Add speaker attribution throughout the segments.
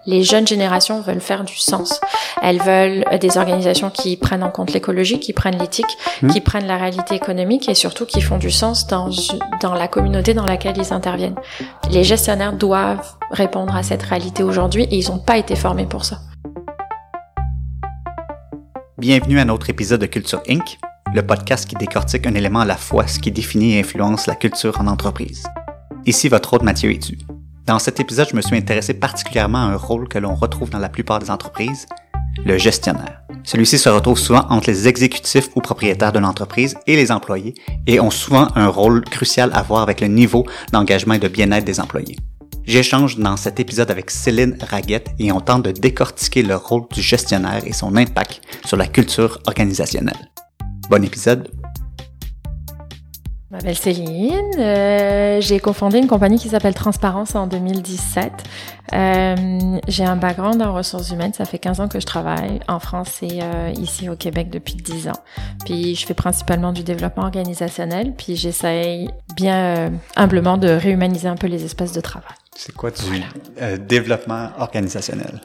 Speaker 1: Les jeunes générations veulent faire du sens. Elles veulent des organisations qui prennent en compte l'écologie, qui prennent l'éthique, qui prennent la réalité économique et surtout qui font du sens dans la communauté dans laquelle ils interviennent. Les gestionnaires doivent répondre à cette réalité aujourd'hui et ils n'ont pas été formés pour ça.
Speaker 2: Bienvenue à notre épisode de Culture Inc., le podcast qui décortique un élément à la fois, ce qui définit et influence la culture en entreprise. Ici votre hôte Mathieu Etu. Dans cet épisode, je me suis intéressé particulièrement à un rôle que l'on retrouve dans la plupart des entreprises, le gestionnaire. Celui-ci se retrouve souvent entre les exécutifs ou propriétaires de l'entreprise et les employés et ont souvent un rôle crucial à voir avec le niveau d'engagement et de bien-être des employés. J'échange dans cet épisode avec Céline Raguette et on tente de décortiquer le rôle du gestionnaire et son impact sur la culture organisationnelle. Bon épisode!
Speaker 1: Je m'appelle Céline, j'ai cofondé une compagnie qui s'appelle Transparence en 2017. J'ai un background en ressources humaines, ça fait 15 ans que je travaille en France et ici au Québec depuis 10 ans. Puis je fais principalement du développement organisationnel, puis j'essaye bien humblement de réhumaniser un peu les espaces de travail.
Speaker 2: C'est quoi du développement organisationnel?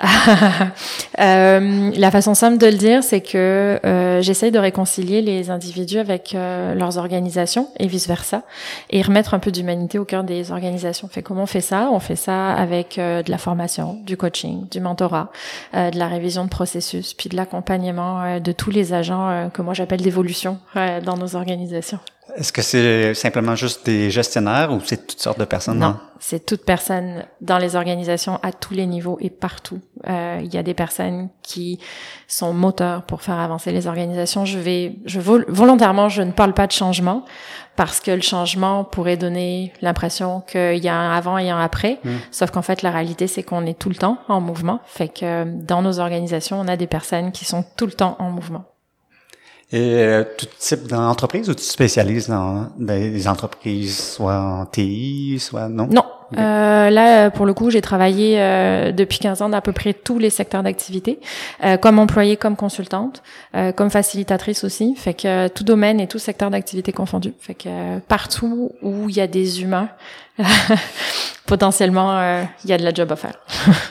Speaker 1: La façon simple de le dire, c'est que j'essaye de réconcilier les individus avec leurs organisations et vice-versa, et remettre un peu d'humanité au cœur des organisations. Fait comment on fait ça? On fait ça avec de la formation, du coaching, du mentorat, de la révision de processus, puis de l'accompagnement de tous les agents que moi j'appelle d'évolution dans nos organisations.
Speaker 2: Est-ce que c'est simplement juste des gestionnaires ou c'est toutes sortes de personnes?
Speaker 1: Non, c'est toute personne dans les organisations à tous les niveaux et partout. Il y a des personnes qui sont moteurs pour faire avancer les organisations. Volontairement, je ne parle pas de changement parce que le changement pourrait donner l'impression qu'il y a un avant et un après. Sauf qu'en fait, la réalité, c'est qu'on est tout le temps en mouvement. Fait que dans nos organisations, on a des personnes qui sont tout le temps en mouvement.
Speaker 2: Et tout type d'entreprise ou tu te spécialises dans des entreprises soit en TI, soit non?
Speaker 1: Non. Okay. Là, pour le coup, j'ai travaillé depuis 15 ans dans à peu près tous les secteurs d'activité, comme employée, comme consultante, comme facilitatrice aussi. Fait que tout domaine et tout secteur d'activité confondu. Fait que partout où il y a des humains, potentiellement, il y a de la job à faire.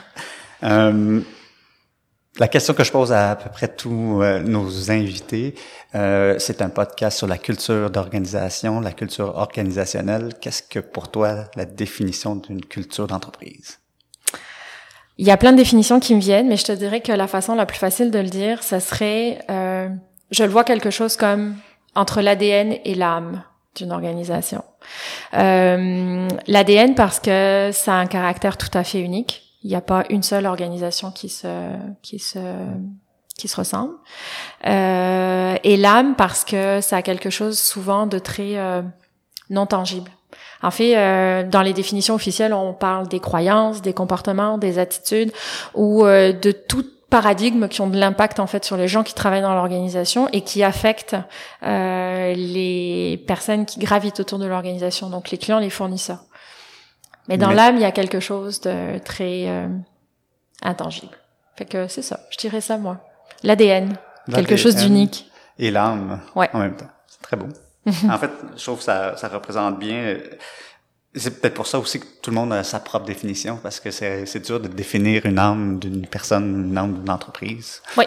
Speaker 2: La question que je pose à peu près tous nos invités, c'est un podcast sur la culture d'organisation, la culture organisationnelle. Qu'est-ce que pour toi la définition d'une culture d'entreprise?
Speaker 1: Il y a plein de définitions qui me viennent, mais je te dirais que la façon la plus facile de le dire, ça serait, je le vois quelque chose comme entre l'ADN et l'âme d'une organisation. L'ADN parce que ça a un caractère tout à fait unique. Il n'y a pas une seule organisation qui se ressemble. Et l'âme parce que ça a quelque chose souvent de très non tangible. En fait, dans les définitions officielles, on parle des croyances, des comportements, des attitudes ou de tout paradigme qui ont de l'impact en fait sur les gens qui travaillent dans l'organisation et qui affectent les personnes qui gravitent autour de l'organisation, donc les clients, les fournisseurs. Mais dans l'âme, il y a quelque chose de très intangible. Fait que c'est ça, je dirais ça moi. L'ADN, quelque chose d'unique.
Speaker 2: Et l'âme
Speaker 1: en
Speaker 2: même temps. C'est très beau. En fait, je trouve que ça représente bien. C'est peut-être pour ça aussi que tout le monde a sa propre définition, parce que c'est dur de définir une âme d'une personne, une âme d'une entreprise.
Speaker 1: Oui.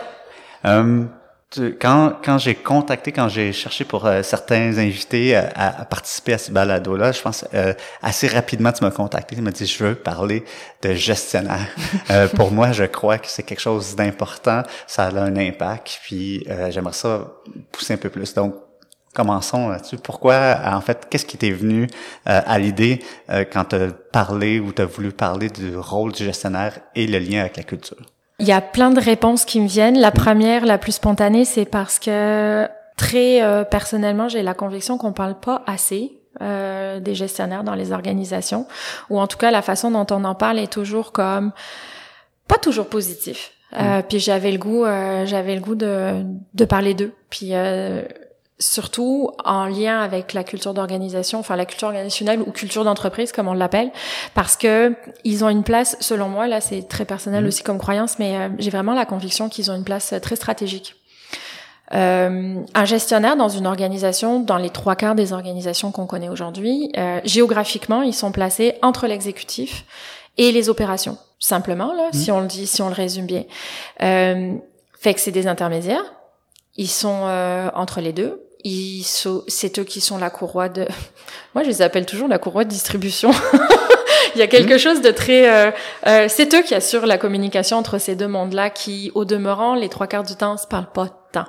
Speaker 2: Quand j'ai cherché pour certains invités à participer à ce balado-là, je pense assez rapidement tu m'as contacté, tu m'as dit je veux parler de gestionnaire. Pour moi, je crois que c'est quelque chose d'important, ça a un impact, puis j'aimerais ça pousser un peu plus. Donc commençons là-dessus. Pourquoi, en fait, qu'est-ce qui t'est venu à l'idée quand tu as parlé ou tu as voulu parler du rôle du gestionnaire et le lien avec la culture?
Speaker 1: Il y a plein de réponses qui me viennent. La première, la plus spontanée, c'est parce que très personnellement, j'ai la conviction qu'on parle pas assez des gestionnaires dans les organisations, ou en tout cas la façon dont on en parle est toujours comme pas toujours positif. Puis j'avais le goût de parler d'eux. Puis surtout en lien avec la culture d'organisation, enfin la culture organisationnelle ou culture d'entreprise comme on l'appelle, parce que ils ont une place, selon moi, là c'est très personnel aussi comme croyance, mais j'ai vraiment la conviction qu'ils ont une place très stratégique. Un gestionnaire dans une organisation, dans les 3/4 des organisations qu'on connaît aujourd'hui, géographiquement, ils sont placés entre l'exécutif et les opérations. simplement là, si on le résume bien. Fait que c'est des intermédiaires. Ils sont entre les deux. C'est eux qui sont la courroie de... Moi, je les appelle toujours la courroie de distribution. Il y a quelque chose de très... c'est eux qui assurent la communication entre ces deux mondes-là qui, au demeurant, les 3/4 du temps, se parlent pas tant.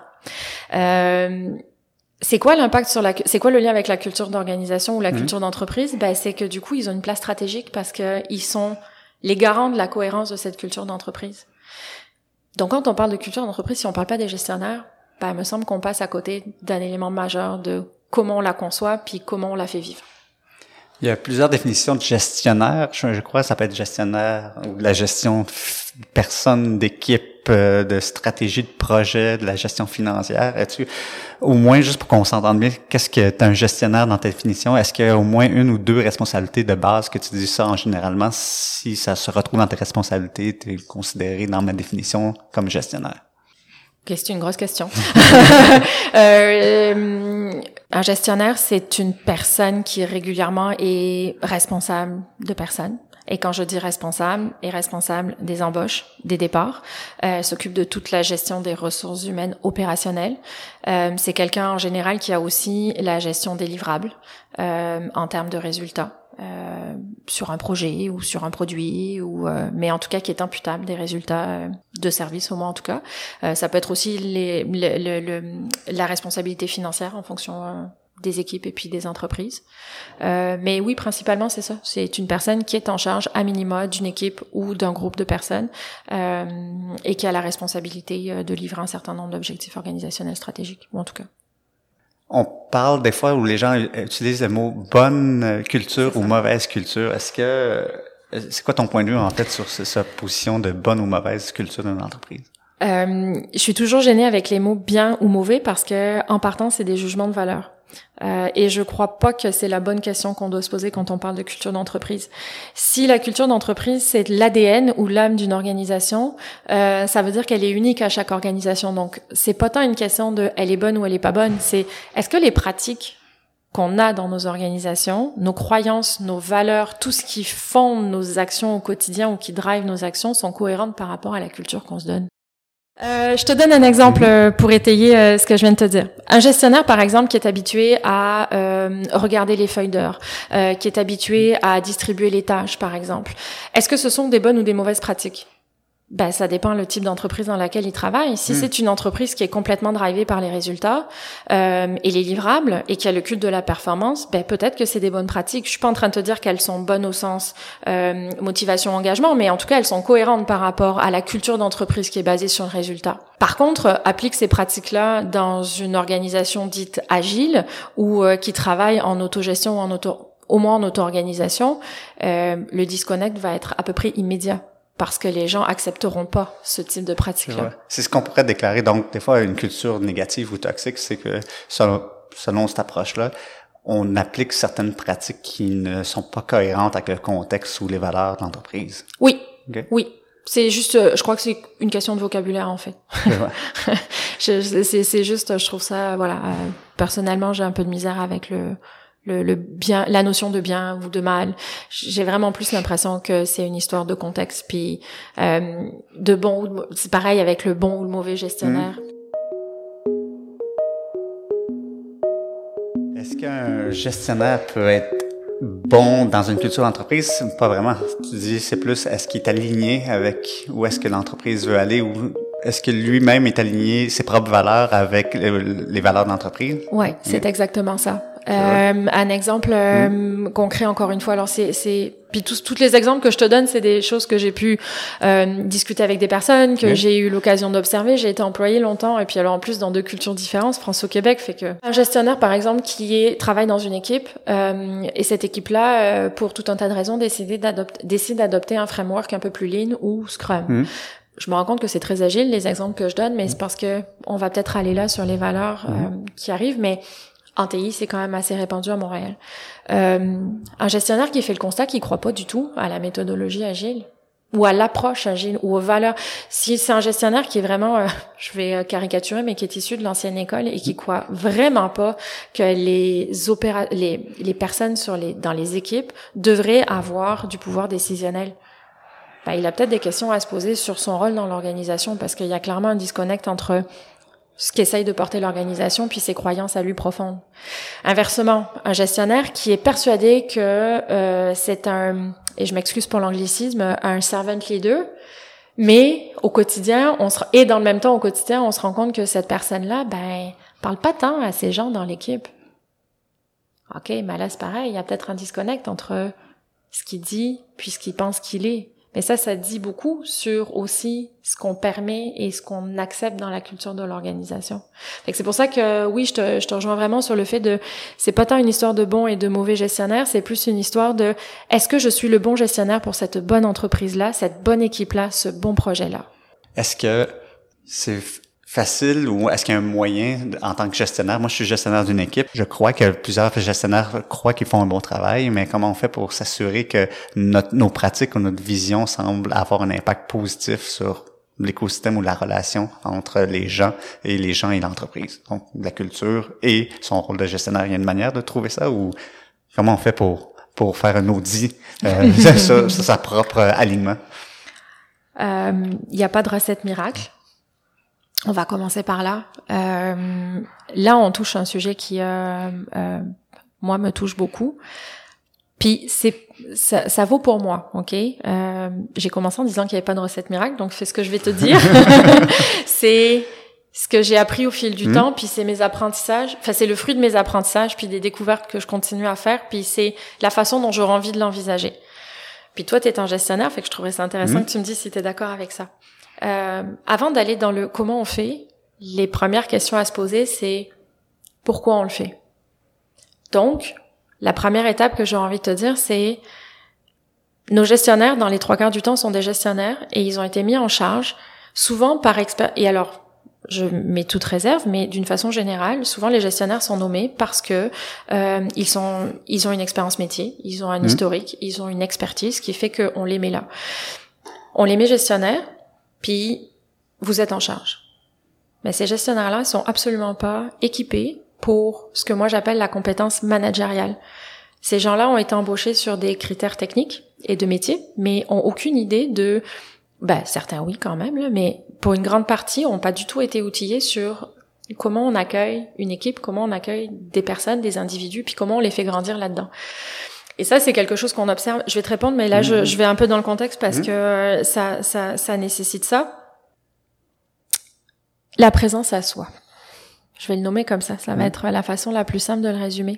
Speaker 1: C'est quoi l'impact c'est quoi le lien avec la culture d'organisation ou la culture d'entreprise? Ben, c'est que du coup, ils ont une place stratégique parce que ils sont les garants de la cohérence de cette culture d'entreprise. Donc, quand on parle de culture d'entreprise, si on parle pas des gestionnaires, ben, il me semble qu'on passe à côté d'un élément majeur de comment on la conçoit puis comment on la fait vivre.
Speaker 2: Il y a plusieurs définitions de gestionnaire. Je crois que ça peut être gestionnaire ou de la gestion de personnes, d'équipes, de stratégie de projet, de la gestion financière. As-tu, au moins, juste pour qu'on s'entende bien, qu'est-ce que t'es un gestionnaire dans ta définition? Est-ce qu'il y a au moins une ou deux responsabilités de base que tu dis ça en généralement? Si ça se retrouve dans tes responsabilités, tu es considéré dans ma définition comme gestionnaire.
Speaker 1: Okay, c'est une grosse question. Un gestionnaire, c'est une personne qui régulièrement est responsable de personnes. Et quand je dis responsable, est responsable des embauches, des départs, s'occupe de toute la gestion des ressources humaines opérationnelles. C'est quelqu'un en général qui a aussi la gestion des livrables en termes de résultats. Sur un projet ou sur un produit ou mais en tout cas qui est imputable des résultats de service au moins en tout cas. Ça peut être aussi la responsabilité financière en fonction des équipes et puis des entreprises. Mais oui, principalement c'est ça. C'est une personne qui est en charge à minima d'une équipe ou d'un groupe de personnes et qui a la responsabilité de livrer un certain nombre d'objectifs organisationnels stratégiques ou en tout cas.
Speaker 2: On parle des fois où les gens utilisent le mot bonne culture ou mauvaise culture. C'est quoi ton point de vue en fait sur cette position de bonne ou mauvaise culture d'une entreprise?
Speaker 1: Je suis toujours gênée avec les mots bien ou mauvais parce que en partant c'est des jugements de valeur. Et je crois pas que c'est la bonne question qu'on doit se poser quand on parle de culture d'entreprise. Si la culture d'entreprise, c'est l'ADN ou l'âme d'une organisation, ça veut dire qu'elle est unique à chaque organisation. Donc, c'est pas tant une question de elle est bonne ou elle est pas bonne, c'est est-ce que les pratiques qu'on a dans nos organisations, nos croyances, nos valeurs, tout ce qui fonde nos actions au quotidien ou qui drive nos actions sont cohérentes par rapport à la culture qu'on se donne. Je te donne un exemple pour étayer ce que je viens de te dire. Un gestionnaire, par exemple, qui est habitué à regarder les feuilles d'heure, qui est habitué à distribuer les tâches, par exemple. Est-ce que ce sont des bonnes ou des mauvaises pratiques? Ben, ça dépend le type d'entreprise dans laquelle il travaille. Si c'est une entreprise qui est complètement drivée par les résultats et les livrables et qui a le culte de la performance, ben peut-être que c'est des bonnes pratiques. Je suis pas en train de te dire qu'elles sont bonnes au sens motivation, engagement, mais en tout cas elles sont cohérentes par rapport à la culture d'entreprise qui est basée sur le résultat. Par contre, applique ces pratiques-là dans une organisation dite agile ou qui travaille en autogestion ou au moins en auto-organisation, le disconnect va être à peu près immédiat. Parce que les gens accepteront pas ce type de pratique-là.
Speaker 2: C'est ce qu'on pourrait déclarer. Donc, des fois, une culture négative ou toxique, c'est que selon cette approche-là, on applique certaines pratiques qui ne sont pas cohérentes avec le contexte ou les valeurs de l'entreprise.
Speaker 1: Oui, okay. Oui. C'est juste, je crois que c'est une question de vocabulaire, en fait. C'est juste, je trouve ça, voilà, personnellement, j'ai un peu de misère avec le bien, la notion de bien ou de mal. J'ai vraiment plus l'impression que c'est une histoire de contexte, puis de bon, c'est pareil avec le bon ou le mauvais gestionnaire.
Speaker 2: Est-ce qu'un gestionnaire peut être bon dans une culture d'entreprise? Pas vraiment. Tu dis c'est plus est-ce qu'il est aligné avec où est-ce que l'entreprise veut aller ou est-ce que lui-même est aligné ses propres valeurs avec les valeurs de l'entreprise? Ouais,
Speaker 1: c'est exactement ça. Un exemple concret encore une fois. Alors puis tous les exemples que je te donne, c'est des choses que j'ai pu discuter avec des personnes que j'ai eu l'occasion d'observer. J'ai été employée longtemps et puis alors en plus dans 2 cultures différentes, France au Québec, fait que un gestionnaire par exemple qui travaille dans une équipe et cette équipe-là pour tout un tas de raisons décide d'adopter un framework un peu plus lean ou Scrum. Je me rends compte que c'est très agile les exemples que je donne, mais c'est parce que on va peut-être aller là sur les valeurs qui arrivent, mais en TI, c'est quand même assez répandu à Montréal. Un gestionnaire qui fait le constat qu'il croit pas du tout à la méthodologie agile ou à l'approche agile ou aux valeurs. Si c'est un gestionnaire qui est vraiment, je vais caricaturer, mais qui est issu de l'ancienne école et qui croit vraiment pas que les personnes dans les équipes devraient avoir du pouvoir décisionnel. ben, il a peut-être des questions à se poser sur son rôle dans l'organisation, parce qu'il y a clairement un disconnect entre ce qu'essaye de porter l'organisation puis ses croyances à lui profondes. Inversement, un gestionnaire qui est persuadé que c'est un, et je m'excuse pour l'anglicisme, un servant leader, mais au quotidien, et dans le même temps au quotidien, on se rend compte que cette personne-là, ben, parle pas tant à ces gens dans l'équipe. OK, mais là c'est pareil, il y a peut-être un disconnect entre ce qu'il dit puis ce qu'il pense qu'il est. Mais ça dit beaucoup sur aussi ce qu'on permet et ce qu'on accepte dans la culture de l'organisation. Fait que c'est pour ça que oui, je te rejoins vraiment sur le fait de, c'est pas tant une histoire de bon et de mauvais gestionnaire, c'est plus une histoire de, est-ce que je suis le bon gestionnaire pour cette bonne entreprise-là, cette bonne équipe-là, ce bon projet-là?
Speaker 2: Est-ce que c'est facile ou est-ce qu'il y a un moyen en tant que gestionnaire? Moi, je suis gestionnaire d'une équipe. Je crois que plusieurs gestionnaires croient qu'ils font un bon travail, mais comment on fait pour s'assurer que nos pratiques ou notre vision semble avoir un impact positif sur l'écosystème ou la relation entre les gens et l'entreprise? Donc, la culture et son rôle de gestionnaire. Il y a une manière de trouver ça ou comment on fait pour faire un audit sur sa propre alignement?
Speaker 1: Il n'y a pas de recette miracle. On va commencer par là. Là, on touche un sujet qui, moi, me touche beaucoup. Puis ça vaut pour moi, ok. J'ai commencé en disant qu'il n'y avait pas de recette miracle, donc fais ce que je vais te dire. C'est ce que j'ai appris au fil du temps, puis c'est mes apprentissages. Enfin, c'est le fruit de mes apprentissages, puis des découvertes que je continue à faire, puis c'est la façon dont j'aurais envie de l'envisager. Puis toi, t'es un gestionnaire, fait que je trouverais ça intéressant que tu me dises si t'es d'accord avec ça. Avant d'aller dans le comment on fait, les premières questions à se poser, c'est pourquoi on le fait. Donc, la première étape que j'ai envie de te dire, c'est nos gestionnaires, dans les 3/4 du temps, sont des gestionnaires et ils ont été mis en charge souvent par et alors, je mets toute réserve, mais d'une façon générale, souvent les gestionnaires sont nommés parce que ils ont une expérience métier, ils ont un historique, ils ont une expertise qui fait qu'on les met là. On les met gestionnaires, puis vous êtes en charge. Mais ces gestionnaires-là sont absolument pas équipés pour ce que moi j'appelle la compétence managériale. Ces gens-là ont été embauchés sur des critères techniques et de métier, mais ont aucune idée de, certains oui quand même, là, mais pour une grande partie, ont pas du tout été outillés sur comment on accueille une équipe, comment on accueille des personnes, des individus, puis comment on les fait grandir là-dedans. Et ça, c'est quelque chose qu'on observe. Je vais te répondre, mais là, je vais un peu dans le contexte parce que ça nécessite ça. La présence à soi. Je vais le nommer comme ça. Ça va être la façon la plus simple de le résumer.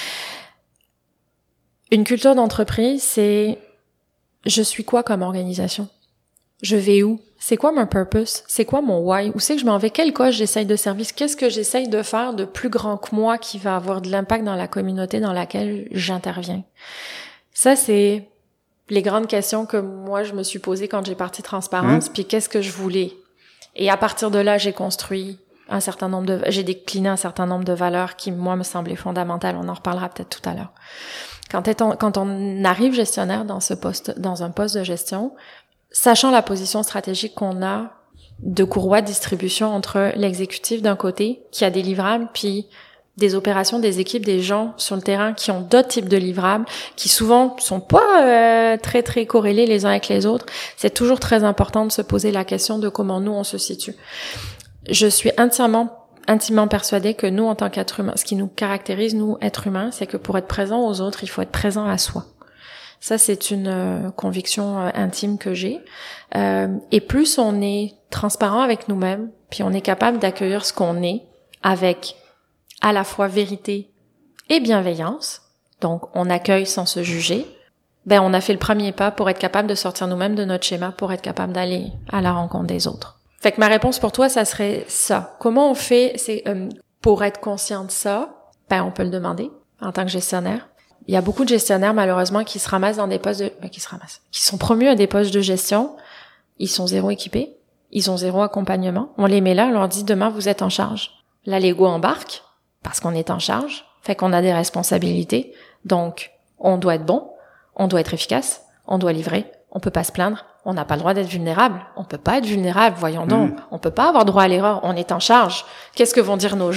Speaker 1: Une culture d'entreprise, c'est je suis quoi comme organisation? Je vais où? C'est quoi mon purpose? C'est quoi mon why? Où c'est que je m'en vais? Quelle cause j'essaye de service? Qu'est-ce que j'essaye de faire de plus grand que moi qui va avoir de l'impact dans la communauté dans laquelle j'interviens? Ça, c'est les grandes questions que moi, je me suis posées quand j'ai parti Transparence, puis qu'est-ce que je voulais? Et à partir de là, j'ai construit j'ai décliné un certain nombre de valeurs qui, moi, me semblaient fondamentales. On en reparlera peut-être tout à l'heure. Quand on arrive gestionnaire dans un poste de gestion, sachant la position stratégique qu'on a de courroie de distribution entre l'exécutif d'un côté, qui a des livrables, puis des opérations, des équipes, des gens sur le terrain qui ont d'autres types de livrables, qui souvent sont pas très très corrélés les uns avec les autres, c'est toujours très important de se poser la question de comment nous on se situe. Je suis intimement persuadée que nous, en tant qu'êtres humains, ce qui nous caractérise, nous, êtres humains, c'est que pour être présent aux autres, il faut être présent à soi. Ça, c'est une conviction intime que j'ai. Et plus on est transparent avec nous-mêmes, puis on est capable d'accueillir ce qu'on est avec à la fois vérité et bienveillance, donc on accueille sans se juger, on a fait le premier pas pour être capable de sortir nous-mêmes de notre schéma, pour être capable d'aller à la rencontre des autres. Fait que ma réponse pour toi, ça serait ça. Comment on fait pour être conscient de ça? On peut le demander en tant que gestionnaire. Il y a beaucoup de gestionnaires, malheureusement, qui se ramassent dans des postes qui sont promus à des postes de gestion. Ils sont zéro équipés. Ils ont zéro accompagnement. On les met là, on leur dit, demain, vous êtes en charge. Là, l'ego embarque, parce qu'on est en charge. Fait qu'on a des responsabilités. Donc, on doit être bon. On doit être efficace. On doit livrer. On peut pas se plaindre. On n'a pas le droit d'être vulnérable. On peut pas être vulnérable, voyons donc. On peut pas avoir droit à l'erreur. On est en charge. Qu'est-ce que vont dire nos gens?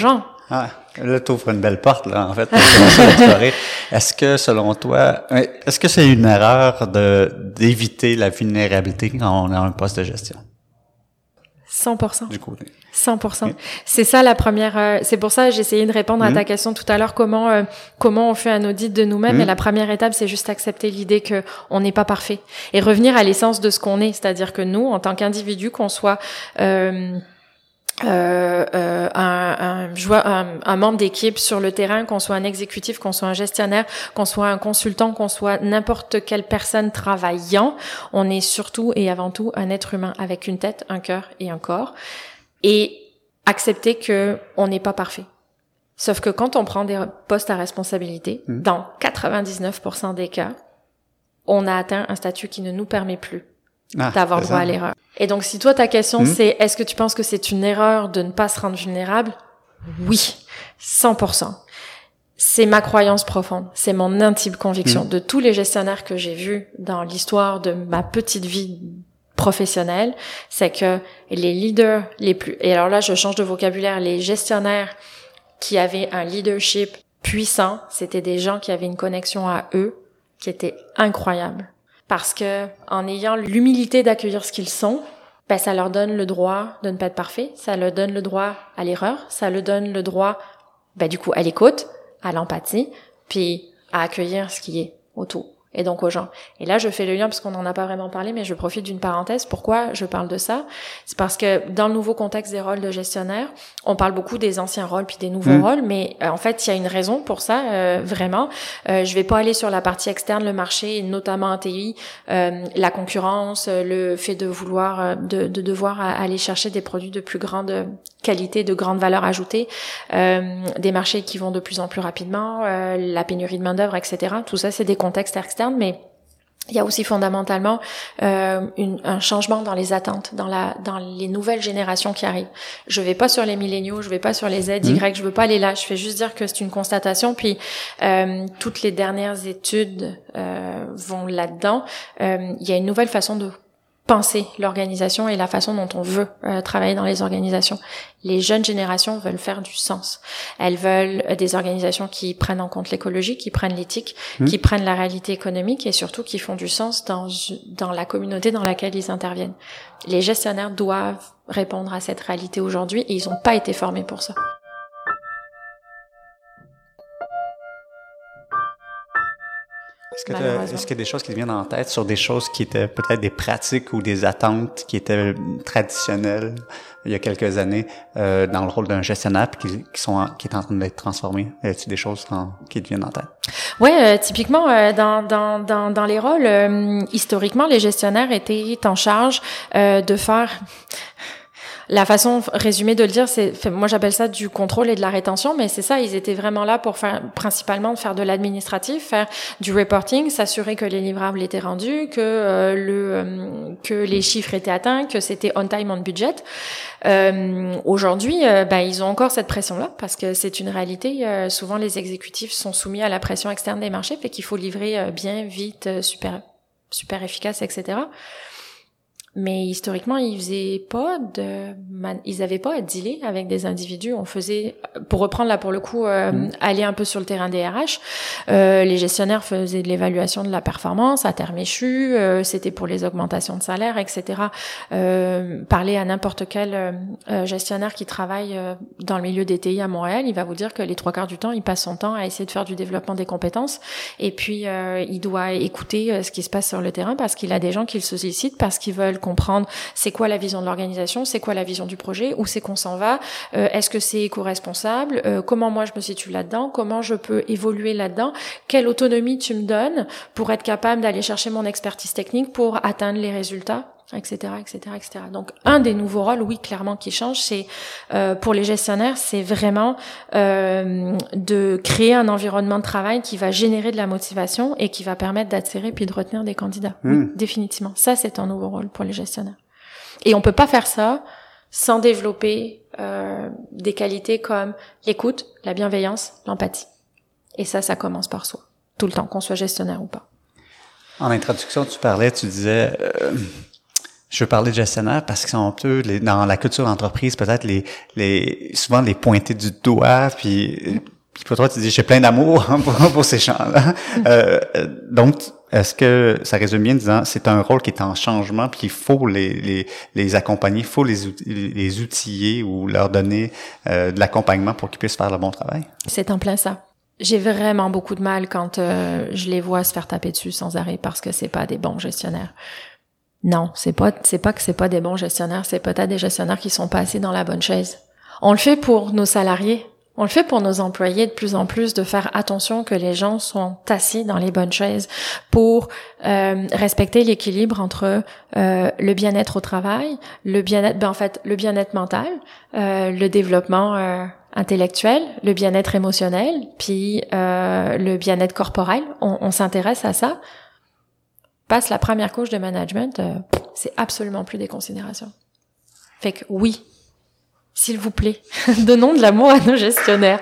Speaker 2: Ah, là, t'ouvres une belle porte, là, en fait, pour commencer à explorer. Est-ce que, selon toi, est-ce que c'est une erreur d'éviter la vulnérabilité quand on a un poste de gestion?
Speaker 1: 100%.
Speaker 2: Du coup.
Speaker 1: 100%.
Speaker 2: Oui.
Speaker 1: C'est ça la première, c'est pour ça que j'ai essayé de répondre à ta question tout à l'heure, comment on fait un audit de nous-mêmes. Et la première étape, c'est juste accepter l'idée que on n'est pas parfait et revenir à l'essence de ce qu'on est. C'est-à-dire que nous, en tant qu'individu, qu'on soit, un joueur, un membre d'équipe sur le terrain, qu'on soit un exécutif, qu'on soit un gestionnaire, qu'on soit un consultant, qu'on soit n'importe quelle personne travaillant, on est surtout et avant tout un être humain avec une tête, un cœur et un corps, et accepter que on n'est pas parfait. Sauf que quand on prend des postes à responsabilité, dans 99% des cas, on a atteint un statut qui ne nous permet plus d'avoir droit à l'erreur. Et donc, si toi, ta question, c'est est-ce que tu penses que c'est une erreur de ne pas se rendre vulnérable? Oui, 100%. C'est ma croyance profonde. C'est mon intime conviction. De tous les gestionnaires que j'ai vus dans l'histoire de ma petite vie professionnelle, c'est que les leaders les plus... Et alors là, je change de vocabulaire. Les gestionnaires qui avaient un leadership puissant, c'était des gens qui avaient une connexion à eux qui était incroyable. Parce que en ayant l'humilité d'accueillir ce qu'ils sont, ben ça leur donne le droit de ne pas être parfait, ça leur donne le droit à l'erreur, ça leur donne le droit, ben du coup à l'écoute, à l'empathie, puis à accueillir ce qui est autour et donc aux gens. Et là, je fais le lien parce qu'on n'en a pas vraiment parlé, mais je profite d'une parenthèse. Pourquoi je parle de ça? C'est parce que dans le nouveau contexte des rôles de gestionnaire, on parle beaucoup des anciens rôles puis des nouveaux rôles, mais en fait, il y a une raison pour ça, vraiment. Je vais pas aller sur la partie externe, le marché, notamment en TI, la concurrence, le fait de vouloir, de devoir aller chercher des produits de plus grande qualité, de grande valeur ajoutée, des marchés qui vont de plus en plus rapidement, la pénurie de main-d'œuvre, etc. Tout ça, c'est des contextes externes, mais il y a aussi fondamentalement un changement dans les attentes, dans les nouvelles générations qui arrivent. Je vais pas sur les milléniaux, je vais pas sur les Z, Y, je veux pas aller là. Je fais juste dire que c'est une constatation. Puis toutes les dernières études vont là-dedans. Il y a une nouvelle façon de penser l'organisation et la façon dont on veut travailler dans les organisations. Les jeunes générations veulent faire du sens. Elles veulent des organisations qui prennent en compte l'écologie, qui prennent l'éthique, qui prennent la réalité économique et surtout qui font du sens dans la communauté dans laquelle ils interviennent. Les gestionnaires doivent répondre à cette réalité aujourd'hui et ils n'ont pas été formés pour ça.
Speaker 2: Est-ce qu'il y a des choses qui te viennent en tête sur des choses qui étaient peut-être des pratiques ou des attentes qui étaient traditionnelles il y a quelques années dans le rôle d'un gestionnaire qui est en train d'être transformé? Y a-t-il des choses qui te viennent en tête?
Speaker 1: Ouais, typiquement dans les rôles historiquement, les gestionnaires étaient en charge de faire. La façon résumée de le dire, moi j'appelle ça du contrôle et de la rétention, mais c'est ça, ils étaient vraiment là pour principalement faire de l'administratif, faire du reporting, s'assurer que les livrables étaient rendus, que les chiffres étaient atteints, que c'était on time, on budget. Aujourd'hui, ils ont encore cette pression-là parce que c'est une réalité. Souvent, les exécutifs sont soumis à la pression externe des marchés, fait qu'il faut livrer bien, vite, super efficace, etc. Mais historiquement, ils avaient pas à dealer avec des individus. On faisait, pour reprendre là pour le coup, aller un peu sur le terrain des RH. Les gestionnaires faisaient de l'évaluation de la performance à terme échu. C'était pour les augmentations de salaire, etc. Parler à n'importe quel gestionnaire qui travaille dans le milieu des TI à Montréal, il va vous dire que les 3/4 du temps, il passe son temps à essayer de faire du développement des compétences. Et puis, il doit écouter ce qui se passe sur le terrain parce qu'il a des gens qui le sollicitent, parce qu'ils veulent comprendre c'est quoi la vision de l'organisation, c'est quoi la vision du projet, où c'est qu'on s'en va, est-ce que c'est éco-responsable, comment moi je me situe là-dedans, comment je peux évoluer là-dedans, quelle autonomie tu me donnes pour être capable d'aller chercher mon expertise technique pour atteindre les résultats, etc., etc., etc. Donc, un des nouveaux rôles, oui, clairement, qui change, c'est pour les gestionnaires, c'est vraiment de créer un environnement de travail qui va générer de la motivation et qui va permettre d'attirer puis de retenir des candidats. Oui, définitivement. Ça, c'est un nouveau rôle pour les gestionnaires. Et on peut pas faire ça sans développer des qualités comme l'écoute, la bienveillance, l'empathie. Et ça commence par soi, tout le temps, qu'on soit gestionnaire ou pas.
Speaker 2: En introduction, tu disais Je veux parler de gestionnaires parce qu'ils sont un peu dans la culture d'entreprise, peut-être souvent les pointer du doigt, puis pour toi, tu dis, j'ai plein d'amour pour ces gens-là. Donc, est-ce que ça résume bien en disant, c'est un rôle qui est en changement, puis il faut les accompagner, il faut les outiller ou leur donner de l'accompagnement pour qu'ils puissent faire le bon travail? C'est
Speaker 1: en plein ça. J'ai vraiment beaucoup de mal quand je les vois se faire taper dessus sans arrêt parce que c'est pas des bons gestionnaires. Non, c'est pas que c'est pas des bons gestionnaires, c'est peut-être des gestionnaires qui sont pas assis dans la bonne chaise. On le fait pour nos salariés. On le fait pour nos employés de plus en plus, de faire attention que les gens sont assis dans les bonnes chaises pour respecter l'équilibre entre le bien-être au travail, le bien-être, le bien-être mental, le développement intellectuel, le bien-être émotionnel, puis le bien-être corporel. On s'intéresse à ça. Passe la première couche de management, c'est absolument plus des considérations. Fait que oui. S'il vous plaît, donnons de l'amour à nos gestionnaires.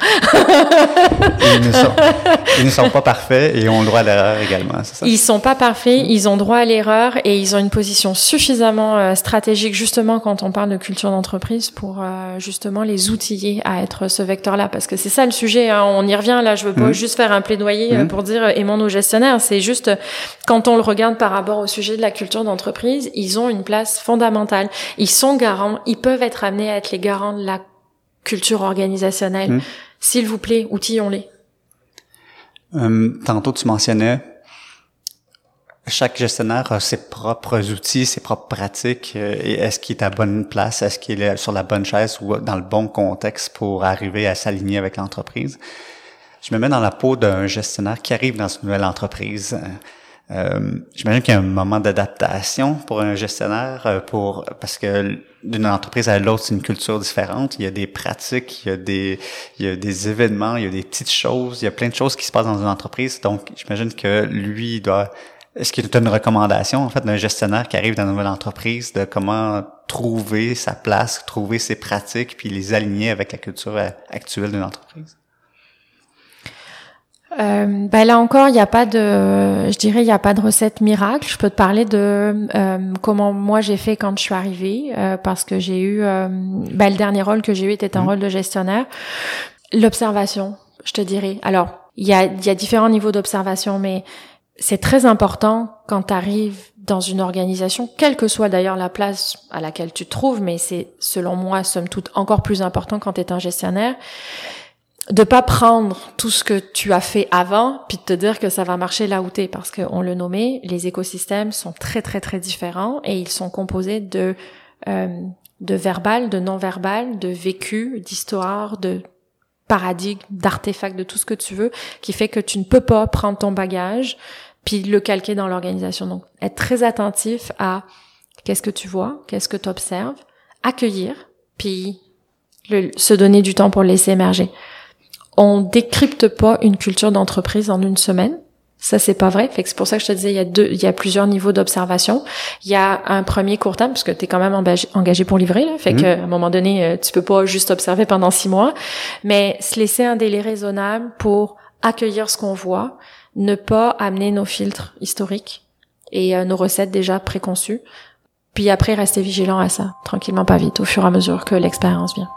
Speaker 2: Ils ne sont pas parfaits et ont le droit à l'erreur également, c'est ça?
Speaker 1: Ils sont pas parfaits, ils ont droit à l'erreur et ils ont une position suffisamment stratégique justement quand on parle de culture d'entreprise pour justement les outiller à être ce vecteur-là. Parce que c'est ça le sujet, hein. On y revient là, je veux pas juste faire un plaidoyer pour dire aimons nos gestionnaires. C'est juste, quand on le regarde par rapport au sujet de la culture d'entreprise, ils ont une place fondamentale. Ils sont garants, ils peuvent être amenés à être les garants de la culture organisationnelle. S'il vous plaît, outillons-les.
Speaker 2: Tantôt, tu mentionnais chaque gestionnaire a ses propres outils, ses propres pratiques. Et est-ce qu'il est à bonne place? Est-ce qu'il est sur la bonne chaise ou dans le bon contexte pour arriver à s'aligner avec l'entreprise? Je me mets dans la peau d'un gestionnaire qui arrive dans une nouvelle entreprise. J'imagine qu'il y a un moment d'adaptation pour un gestionnaire parce que d'une entreprise à l'autre, c'est une culture différente. Il y a des pratiques, il y a des événements, il y a des petites choses, il y a plein de choses qui se passent dans une entreprise. Donc, j'imagine que lui, est-ce qu'il y a une recommandation, en fait, d'un gestionnaire qui arrive dans une nouvelle entreprise de comment trouver sa place, trouver ses pratiques, puis les aligner avec la culture actuelle d'une entreprise?
Speaker 1: Là encore, il n'y a pas de recette miracle. Je peux te parler de comment moi j'ai fait quand je suis arrivée, parce que j'ai eu, le dernier rôle que j'ai eu était un rôle de gestionnaire. L'observation, je te dirais. Alors, il y a différents niveaux d'observation, mais c'est très important quand tu arrives dans une organisation, quelle que soit d'ailleurs la place à laquelle tu te trouves, mais c'est, selon moi, somme toute, encore plus important quand tu es un gestionnaire, de pas prendre tout ce que tu as fait avant puis de te dire que ça va marcher là où t'es, parce qu'on le nommait, les écosystèmes sont très très très différents et ils sont composés de verbal, de non-verbal, de vécu, d'histoire, de paradigme, d'artefacts, de tout ce que tu veux, qui fait que tu ne peux pas prendre ton bagage puis le calquer dans l'organisation. Donc, être très attentif à qu'est-ce que tu vois, qu'est-ce que tu observes, accueillir, puis se donner du temps pour le laisser émerger. On décrypte pas une culture d'entreprise en une semaine. Ça, c'est pas vrai. Fait que c'est pour ça que je te disais, il y a plusieurs niveaux d'observation. Il y a un premier court terme, parce que t'es quand même engagé pour livrer, là. Fait que, à un moment donné, tu peux pas juste observer pendant 6 mois. Mais se laisser un délai raisonnable pour accueillir ce qu'on voit, ne pas amener nos filtres historiques et nos recettes déjà préconçues. Puis après, rester vigilant à ça. Tranquillement, pas vite, au fur et à mesure que l'expérience vient.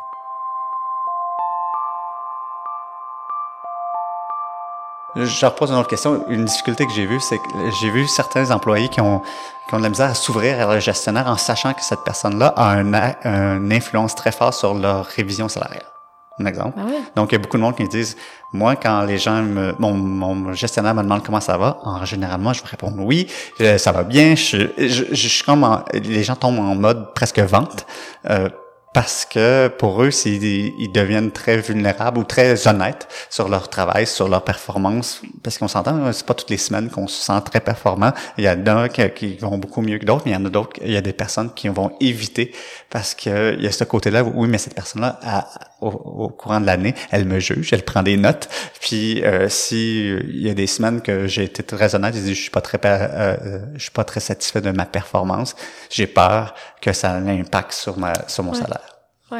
Speaker 2: Je repose une autre question. Une difficulté que j'ai vue, c'est que j'ai vu certains employés qui ont de la misère à s'ouvrir à leur gestionnaire en sachant que cette personne-là a une influence très forte sur leur révision salariale. Un exemple. Ah ouais. Donc, il y a beaucoup de monde qui me disent, moi, quand les gens mon gestionnaire me demande comment ça va, généralement, je vais répondre oui, ça va bien. Je suis comme les gens tombent en mode presque vente. Parce que pour eux, ils deviennent très vulnérables ou très honnêtes sur leur travail, sur leur performance. Parce qu'on s'entend, c'est pas toutes les semaines qu'on se sent très performant. Il y en a qui vont beaucoup mieux que d'autres, mais il y en a d'autres, il y a des personnes qui vont éviter parce que il y a ce côté-là, oui, mais cette personne-là, au courant de l'année, elle me juge, elle prend des notes. Puis si il y a des semaines que j'ai été très honnête, je dis je suis pas très satisfait de ma performance, j'ai peur que ça ait un impact sur mon salaire.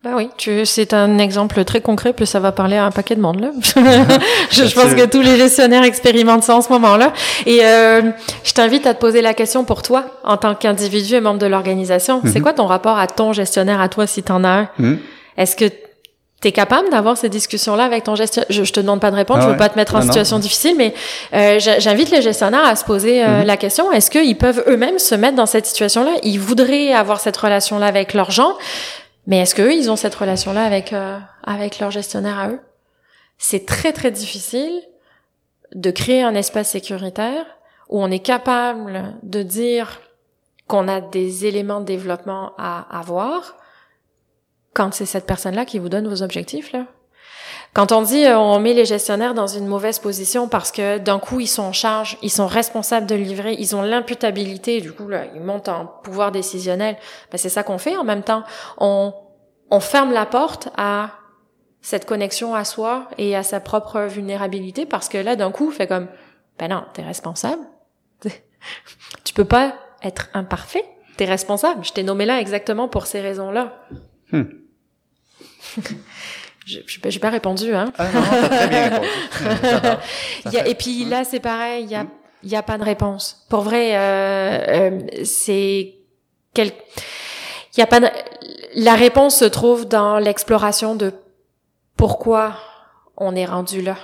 Speaker 1: Ben oui, c'est un exemple très concret, puis ça va parler à un paquet de monde, là. je pense que tous les gestionnaires expérimentent ça en ce moment-là. Et je t'invite à te poser la question pour toi, en tant qu'individu et membre de l'organisation. C'est quoi ton rapport à ton gestionnaire, à toi, si t'en as un? Est-ce que t'es capable d'avoir ces discussions-là avec ton gestionnaire? Je te demande pas de répondre, je veux pas te mettre en situation difficile, mais j'invite les gestionnaires à se poser la question, est-ce qu'ils peuvent eux-mêmes se mettre dans cette situation-là? Ils voudraient avoir cette relation-là avec leurs gens, mais est-ce qu'eux, ils ont cette relation-là avec leur gestionnaire à eux? C'est très, très difficile de créer un espace sécuritaire où on est capable de dire qu'on a des éléments de développement à avoir quand c'est cette personne-là qui vous donne vos objectifs, là. Quand on dit on met les gestionnaires dans une mauvaise position parce que d'un coup ils sont en charge, ils sont responsables de livrer, ils ont l'imputabilité, du coup là ils montent en pouvoir décisionnel, ben c'est ça qu'on fait en même temps. On ferme la porte à cette connexion à soi et à sa propre vulnérabilité parce que là d'un coup on fait comme ben non, t'es responsable. Tu peux pas être imparfait, t'es responsable. Je t'ai nommé là exactement pour ces raisons-là. J'ai pas répondu, hein.
Speaker 2: Ah non, t'as très bien répondu.
Speaker 1: Et puis là, c'est pareil, il y a pas de réponse. Pour vrai, la réponse se trouve dans l'exploration de pourquoi on est rendu là.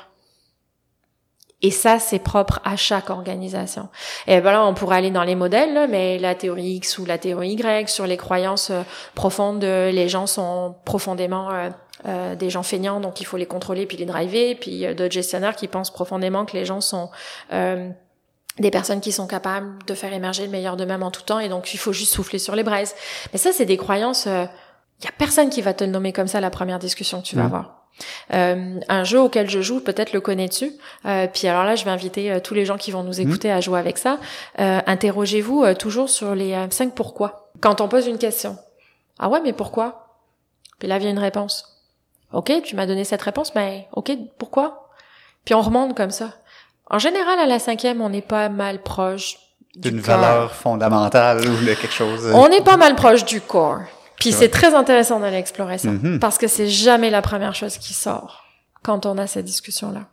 Speaker 1: Et ça, c'est propre à chaque organisation. Et ben là, on pourrait aller dans les modèles, là, mais la théorie X ou la théorie Y, sur les croyances profondes, les gens sont profondément des gens feignants, donc il faut les contrôler puis les driver, puis d'autres gestionnaires qui pensent profondément que les gens sont des personnes qui sont capables de faire émerger le meilleur d'eux-mêmes en tout temps, et donc il faut juste souffler sur les braises. Mais ça, c'est des croyances... y a personne qui va te le nommer comme ça la première discussion que tu vas avoir. Un jeu auquel je joue, peut-être le connais-tu, puis alors là je vais inviter tous les gens qui vont nous écouter à jouer avec ça. Interrogez-vous toujours sur les 5 pourquoi. Quand on pose une question, ah ouais mais pourquoi? Puis là vient une réponse. Ok, tu m'as donné cette réponse, mais ok, pourquoi? Puis on remonte comme ça. En général à la 5e on n'est pas mal proche
Speaker 2: d'une valeur fondamentale ou de quelque chose.
Speaker 1: On est pas mal proche du corps. Puis c'est très intéressant d'aller explorer ça, parce que c'est jamais la première chose qui sort quand on a cette discussion-là.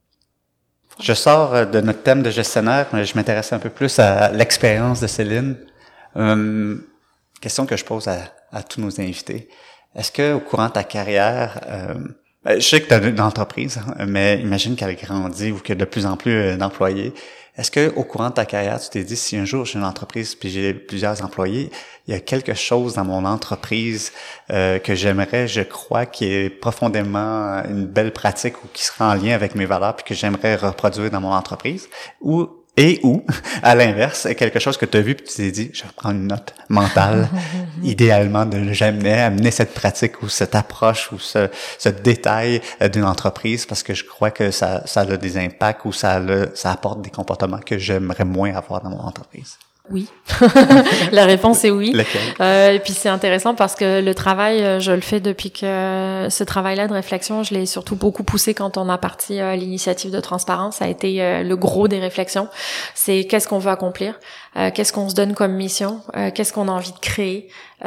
Speaker 2: Je sors de notre thème de gestionnaire, mais je m'intéresse un peu plus à l'expérience de Céline. Question que je pose à tous nos invités. Est-ce que au courant de ta carrière, je sais que tu as une entreprise, mais imagine qu'elle grandit ou qu'il y a de plus en plus d'employés. Est-ce que au courant de ta carrière, tu t'es dit, si un jour j'ai une entreprise puis j'ai plusieurs employés, il y a quelque chose dans mon entreprise que j'aimerais, je crois, qui est profondément une belle pratique ou qui sera en lien avec mes valeurs puis que j'aimerais reproduire dans mon entreprise, ou à l'inverse, quelque chose que tu as vu puis tu t'es dit, je vais prendre une note mentale, idéalement de jamais amener cette pratique ou cette approche ou ce détail d'une entreprise parce que je crois que ça a des impacts ou ça apporte des comportements que j'aimerais moins avoir dans mon entreprise.
Speaker 1: Oui. La réponse est oui.
Speaker 2: Lequel?
Speaker 1: Et puis c'est intéressant parce que le travail, je le fais depuis que ce travail-là de réflexion, je l'ai surtout beaucoup poussé quand on a parti l'initiative de transparence. Ça a été le gros des réflexions. C'est qu'est-ce qu'on veut accomplir, qu'est-ce qu'on se donne comme mission, qu'est-ce qu'on a envie de créer,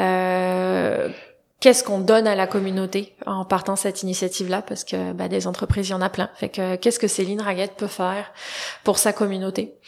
Speaker 1: qu'est-ce qu'on donne à la communauté en partant cette initiative-là, parce que des entreprises, il y en a plein. Fait que qu'est-ce que Céline Raguette peut faire pour sa communauté?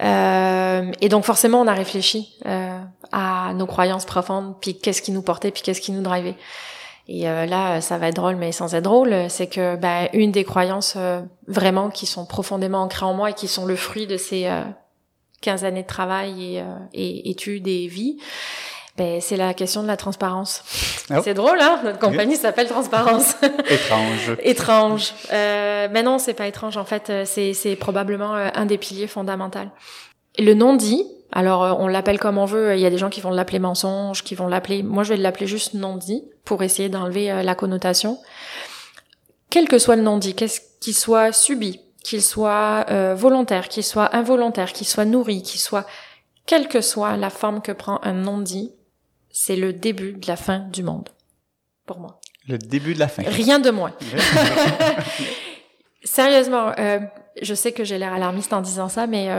Speaker 1: Et donc forcément, on a réfléchi à nos croyances profondes, puis qu'est-ce qui nous portait, puis qu'est-ce qui nous drivait. Et là, ça va être drôle, mais sans être drôle, c'est que une des croyances vraiment qui sont profondément ancrées en moi et qui sont le fruit de ces 15 années de travail et études et vie, c'est la question de la transparence. Oh. C'est drôle, hein? Notre compagnie s'appelle Transparence. Étrange. Mais non, c'est pas étrange. En fait, c'est probablement un des piliers fondamentaux. Le non-dit, alors on l'appelle comme on veut. Il y a des gens qui vont l'appeler mensonge, qui vont l'appeler... Moi, je vais l'appeler juste non-dit pour essayer d'enlever la connotation. Quel que soit le non-dit, qu'il soit subi, qu'il soit volontaire, qu'il soit involontaire, qu'il soit nourri, qu'il soit... Quelle que soit la forme que prend un non-dit, c'est le début de la fin du monde, pour moi.
Speaker 2: Le début de la fin.
Speaker 1: Rien de moins. Sérieusement, je sais que j'ai l'air alarmiste en disant ça, mais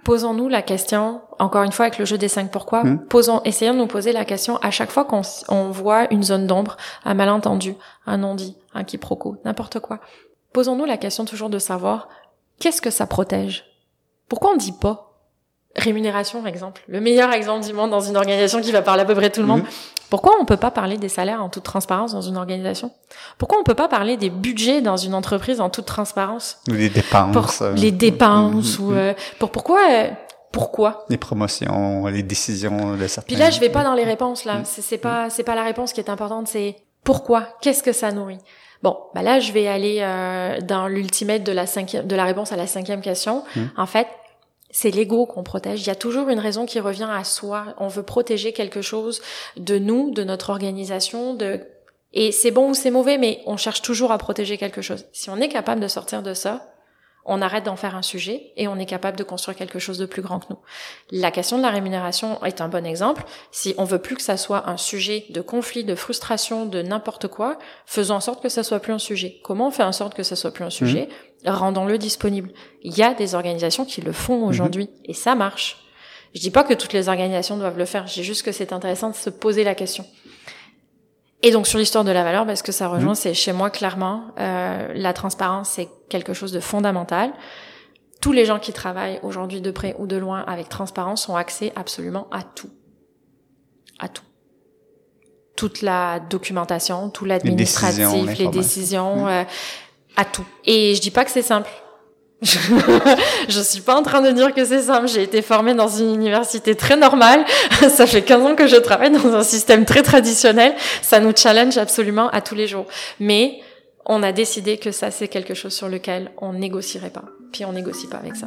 Speaker 1: Posons-nous la question, encore une fois avec le jeu des 5 pourquoi, essayons de nous poser la question à chaque fois qu'on voit une zone d'ombre, un malentendu, un non-dit, un quiproquo, n'importe quoi. Posons-nous la question toujours de savoir qu'est-ce que ça protège. Pourquoi on dit pas? Rémunération, exemple. Le meilleur exemple du monde dans une organisation qui va parler à peu près tout le monde. Pourquoi on peut pas parler des salaires en toute transparence dans une organisation? Pourquoi on peut pas parler des budgets dans une entreprise en toute transparence?
Speaker 2: Ou les dépenses.
Speaker 1: Les dépenses ou pourquoi?
Speaker 2: Les promotions, les décisions de certains.
Speaker 1: Puis là, je vais pas dans les réponses là. C'est pas la réponse qui est importante, c'est pourquoi? Qu'est-ce que ça nourrit? Bon, bah là, je vais aller dans l'ultimate de la réponse à la 5e question. En fait, c'est l'ego qu'on protège. Il y a toujours une raison qui revient à soi. On veut protéger quelque chose de nous, de notre organisation, et c'est bon ou c'est mauvais, mais on cherche toujours à protéger quelque chose. Si on est capable de sortir de ça, on arrête d'en faire un sujet et on est capable de construire quelque chose de plus grand que nous. La question de la rémunération est un bon exemple. Si on veut plus que ça soit un sujet de conflit, de frustration, de n'importe quoi, faisons en sorte que ça soit plus un sujet. Comment on fait en sorte que ça soit plus un sujet? Rendons-le disponible. Il y a des organisations qui le font aujourd'hui et ça marche. Je dis pas que toutes les organisations doivent le faire, je dis juste que c'est intéressant de se poser la question. Et donc sur l'histoire de la valeur, parce que ça rejoint, c'est chez moi clairement, la transparence c'est quelque chose de fondamental. Tous les gens qui travaillent aujourd'hui de près ou de loin avec transparence ont accès absolument à tout. À tout. Toute la documentation, tout l'administratif, les décisions, à tout. Et je dis pas que c'est simple. Je suis pas en train de dire que c'est simple. J'ai été formée dans une université très normale. Ça fait 15 ans que je travaille dans un système très traditionnel. Ça nous challenge absolument à tous les jours. Mais on a décidé que ça, c'est quelque chose sur lequel on négocierait pas. Puis on négocie pas avec ça.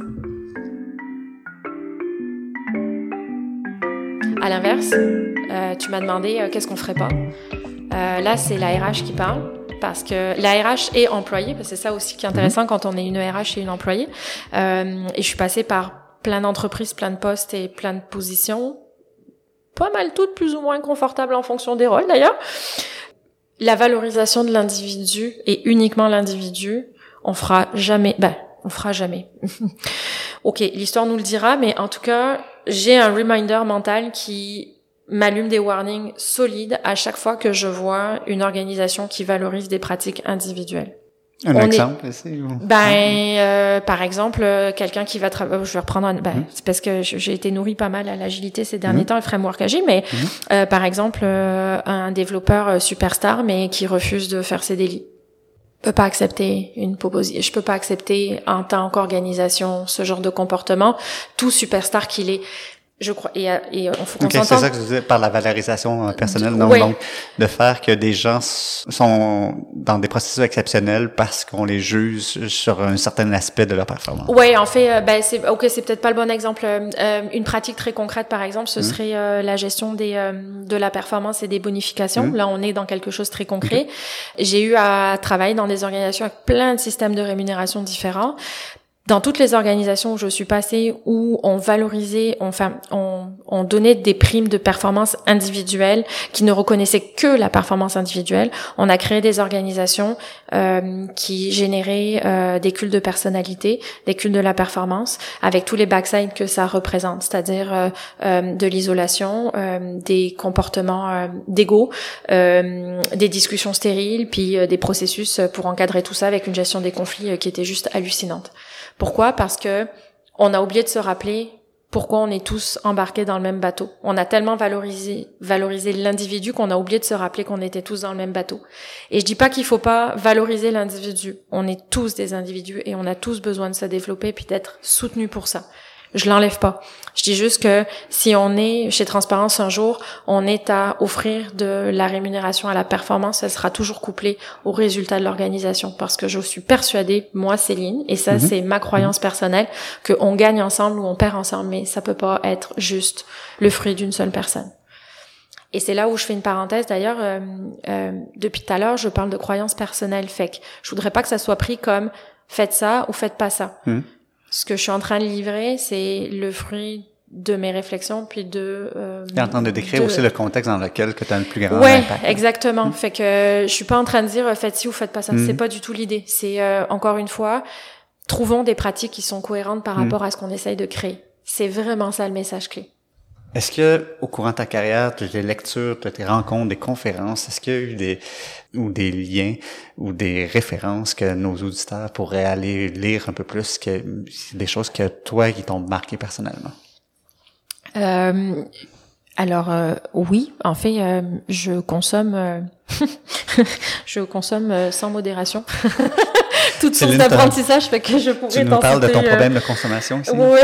Speaker 1: À l'inverse, tu m'as demandé qu'est-ce qu'on ferait pas. Là, c'est la RH qui parle. Parce que la RH est employée, parce que c'est ça aussi qui est intéressant quand on est une RH et une employée. Et je suis passée par plein d'entreprises, plein de postes et plein de positions, pas mal toutes plus ou moins confortables en fonction des rôles d'ailleurs. La valorisation de l'individu et uniquement l'individu, on fera jamais. Ok, l'histoire nous le dira, mais en tout cas, j'ai un reminder mental qui m'allume des warnings solides à chaque fois que je vois une organisation qui valorise des pratiques individuelles.
Speaker 2: Un exemple ici?
Speaker 1: Par exemple, quelqu'un qui va travailler, je vais reprendre c'est parce que j'ai été nourrie pas mal à l'agilité ces derniers temps, le framework agile, mais par exemple, un développeur superstar, mais qui refuse de faire ses délits. Je peux pas accepter une proposition, je peux pas accepter en tant qu'organisation ce genre de comportement, tout superstar qu'il est. Je crois, et on faut qu'on s'entende.
Speaker 2: C'est ça que je disais par la valorisation personnelle, donc de faire que des gens sont dans des processus exceptionnels parce qu'on les juge sur un certain aspect de leur performance.
Speaker 1: Ouais, en fait, c'est peut-être pas le bon exemple. Une pratique très concrète, par exemple, ce serait la gestion de la performance et des bonifications. Là, on est dans quelque chose de très concret. J'ai eu à travailler dans des organisations avec plein de systèmes de rémunération différents. Dans toutes les organisations où je suis passée, où on valorisait, on donnait des primes de performance individuelle qui ne reconnaissaient que la performance individuelle, on a créé des organisations qui généraient des cultes de personnalité, des cultes de la performance, avec tous les backsides que ça représente, c'est-à-dire de l'isolation, des comportements d'ego, des discussions stériles, puis des processus pour encadrer tout ça avec une gestion des conflits qui était juste hallucinante. Pourquoi? Parce que on a oublié de se rappeler pourquoi on est tous embarqués dans le même bateau. On a tellement valorisé l'individu qu'on a oublié de se rappeler qu'on était tous dans le même bateau. Et je dis pas qu'il faut pas valoriser l'individu. On est tous des individus et on a tous besoin de se développer puis d'être soutenus pour ça. Je l'enlève pas. Je dis juste que si on est chez Transparence un jour, on est à offrir de la rémunération à la performance, elle sera toujours couplée au résultat de l'organisation. Parce que je suis persuadée, moi Céline, et ça c'est ma croyance personnelle, qu'on gagne ensemble ou on perd ensemble, mais ça peut pas être juste le fruit d'une seule personne. Et c'est là où je fais une parenthèse. D'ailleurs, depuis tout à l'heure, je parle de croyance personnelle. Fait que je voudrais pas que ça soit pris comme faites ça ou faites pas ça. Ce que je suis en train de livrer, c'est le fruit de mes réflexions, puis et
Speaker 2: en train de décrire aussi le contexte dans lequel tu as le plus grand
Speaker 1: impact. Ouais, exactement. Fait que je suis pas en train de dire faites ci ou faites pas ça. C'est pas du tout l'idée. C'est encore une fois, trouvons des pratiques qui sont cohérentes par rapport à ce qu'on essaye de créer. C'est vraiment ça le message clé.
Speaker 2: Est-ce que, au courant de ta carrière, de tes lectures, de tes rencontres, des conférences, est-ce qu'il y a eu des liens ou des références que nos auditeurs pourraient aller lire un peu plus, des choses que toi, qui t'ont marqué personnellement?
Speaker 1: Oui, en fait, je consomme sans modération. Toute source d'apprentissage fait que je pourrais
Speaker 2: Tu nous parles de ton problème de consommation ici?
Speaker 1: Oui.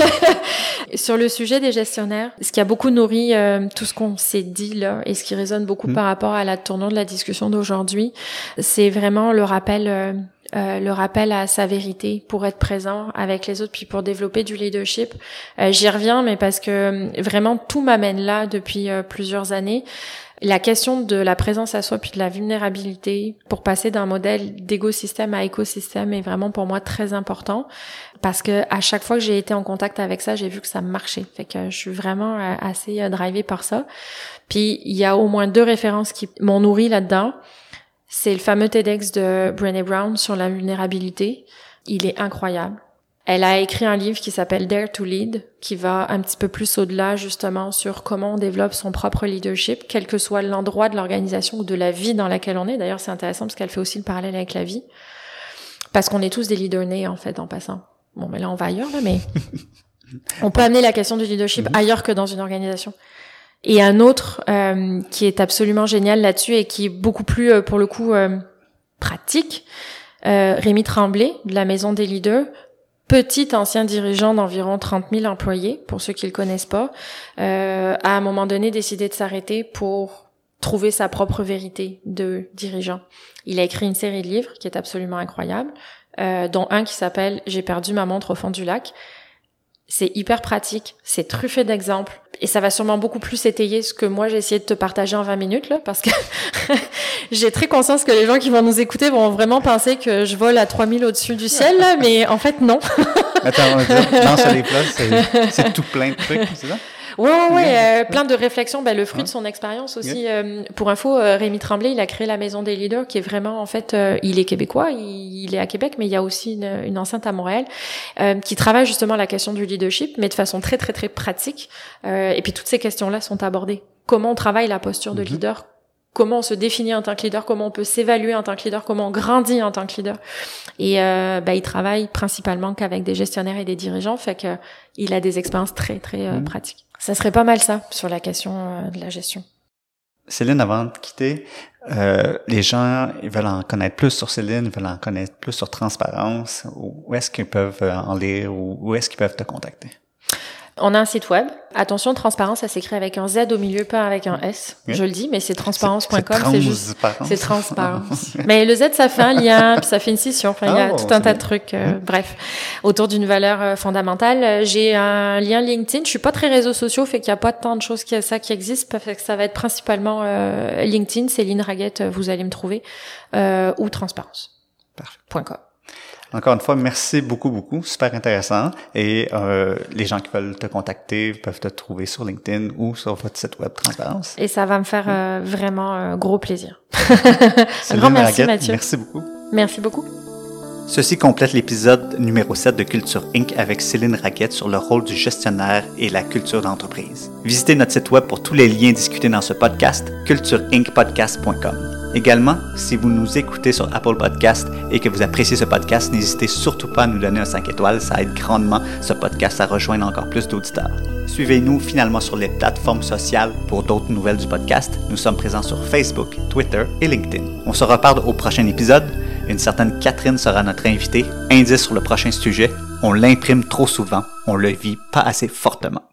Speaker 1: Sur le sujet des gestionnaires, ce qui a beaucoup nourri tout ce qu'on s'est dit là et ce qui résonne beaucoup par rapport à la tournure de la discussion d'aujourd'hui, c'est vraiment le rappel à sa vérité pour être présent avec les autres puis pour développer du leadership. J'y reviens, mais parce que vraiment tout m'amène là depuis plusieurs années. La question de la présence à soi puis de la vulnérabilité pour passer d'un modèle d'écosystème à écosystème est vraiment pour moi très important parce que à chaque fois que j'ai été en contact avec ça, j'ai vu que ça marchait. Fait que je suis vraiment assez drivée par ça. Puis il y a au moins 2 références qui m'ont nourri là-dedans. C'est le fameux TEDx de Brené Brown sur la vulnérabilité. Il est incroyable. Elle a écrit un livre qui s'appelle Dare to Lead, qui va un petit peu plus au-delà justement sur comment on développe son propre leadership, quel que soit l'endroit de l'organisation ou de la vie dans laquelle on est. D'ailleurs, c'est intéressant parce qu'elle fait aussi le parallèle avec la vie. Parce qu'on est tous des leaders nés, en fait, en passant. Bon, mais là, on va ailleurs, là, mais on peut amener la question du leadership ailleurs que dans une organisation. Et un autre qui est absolument génial là-dessus et qui est beaucoup plus, pour le coup, pratique, Rémi Tremblay, de la Maison des Leaders, petit ancien dirigeant d'environ 30 000 employés, pour ceux qui le connaissent pas, a à un moment donné décidé de s'arrêter pour trouver sa propre vérité de dirigeant. Il a écrit une série de livres qui est absolument incroyable, dont un qui s'appelle « J'ai perdu ma montre au fond du lac ». C'est hyper pratique, c'est truffé d'exemples, et ça va sûrement beaucoup plus étayer ce que moi j'ai essayé de te partager en 20 minutes, là, parce que j'ai très conscience que les gens qui vont nous écouter vont vraiment penser que je vole à 3000 au-dessus du ciel, là, mais en fait, non.
Speaker 2: Attends, on va dire, dans ce livre-là, c'est tout plein de trucs, c'est ça?
Speaker 1: Ouais, plein de réflexions, le fruit de son expérience aussi. Pour info, Rémi Tremblay, il a créé la Maison des Leaders, qui est vraiment, en fait, il est québécois, il est à Québec, mais il y a aussi une enceinte à Montréal, qui travaille justement la question du leadership, mais de façon très, très, très pratique. Et puis toutes ces questions-là sont abordées. Comment on travaille la posture de leader? Comment on se définit en tant que leader, comment on peut s'évaluer en tant que leader, comment on grandit en tant que leader. Et il travaille principalement qu'avec des gestionnaires et des dirigeants, fait que il a des expériences très très pratiques. Ça serait pas mal ça sur la question de la gestion.
Speaker 2: Céline, avant de quitter, les gens ils veulent en connaître plus sur Céline, ils veulent en connaître plus sur Transparence. Où est-ce qu'ils peuvent en lire ou où est-ce qu'ils peuvent te contacter?
Speaker 1: On a un site web. Attention, Transparence, ça s'écrit avec un Z au milieu, pas avec un S. Je le dis, mais c'est transparence.com. C'est Transparence. Mais le Z, ça fait un lien, puis ça fait une scission. Enfin, il y a tout un tas de trucs. Bref, autour d'une valeur fondamentale. J'ai un lien LinkedIn. Je suis pas très réseaux sociaux, fait qu'il y a pas tant de choses qui existent. Fait que ça va être principalement LinkedIn. Céline Raguette, vous allez me trouver, ou transparence.com.
Speaker 2: Encore une fois, merci beaucoup. Super intéressant. Et les gens qui veulent te contacter peuvent te trouver sur LinkedIn ou sur votre site web Transparence.
Speaker 1: Et ça va me faire vraiment gros plaisir.
Speaker 2: Un grand merci, Mathieu. Merci beaucoup.
Speaker 1: Merci beaucoup.
Speaker 2: Ceci complète l'épisode numéro 7 de Culture Inc. avec Céline Raguette sur le rôle du gestionnaire et la culture d'entreprise. Visitez notre site web pour tous les liens discutés dans ce podcast, cultureincpodcast.com. Également, si vous nous écoutez sur Apple Podcast et que vous appréciez ce podcast, n'hésitez surtout pas à nous donner un 5 étoiles, ça aide grandement ce podcast à rejoindre encore plus d'auditeurs. Suivez-nous finalement sur les plateformes sociales pour d'autres nouvelles du podcast. Nous sommes présents sur Facebook, Twitter et LinkedIn. On se reparle au prochain épisode. Une certaine Catherine sera notre invitée. Indice sur le prochain sujet, on l'imprime trop souvent, on le vit pas assez fortement.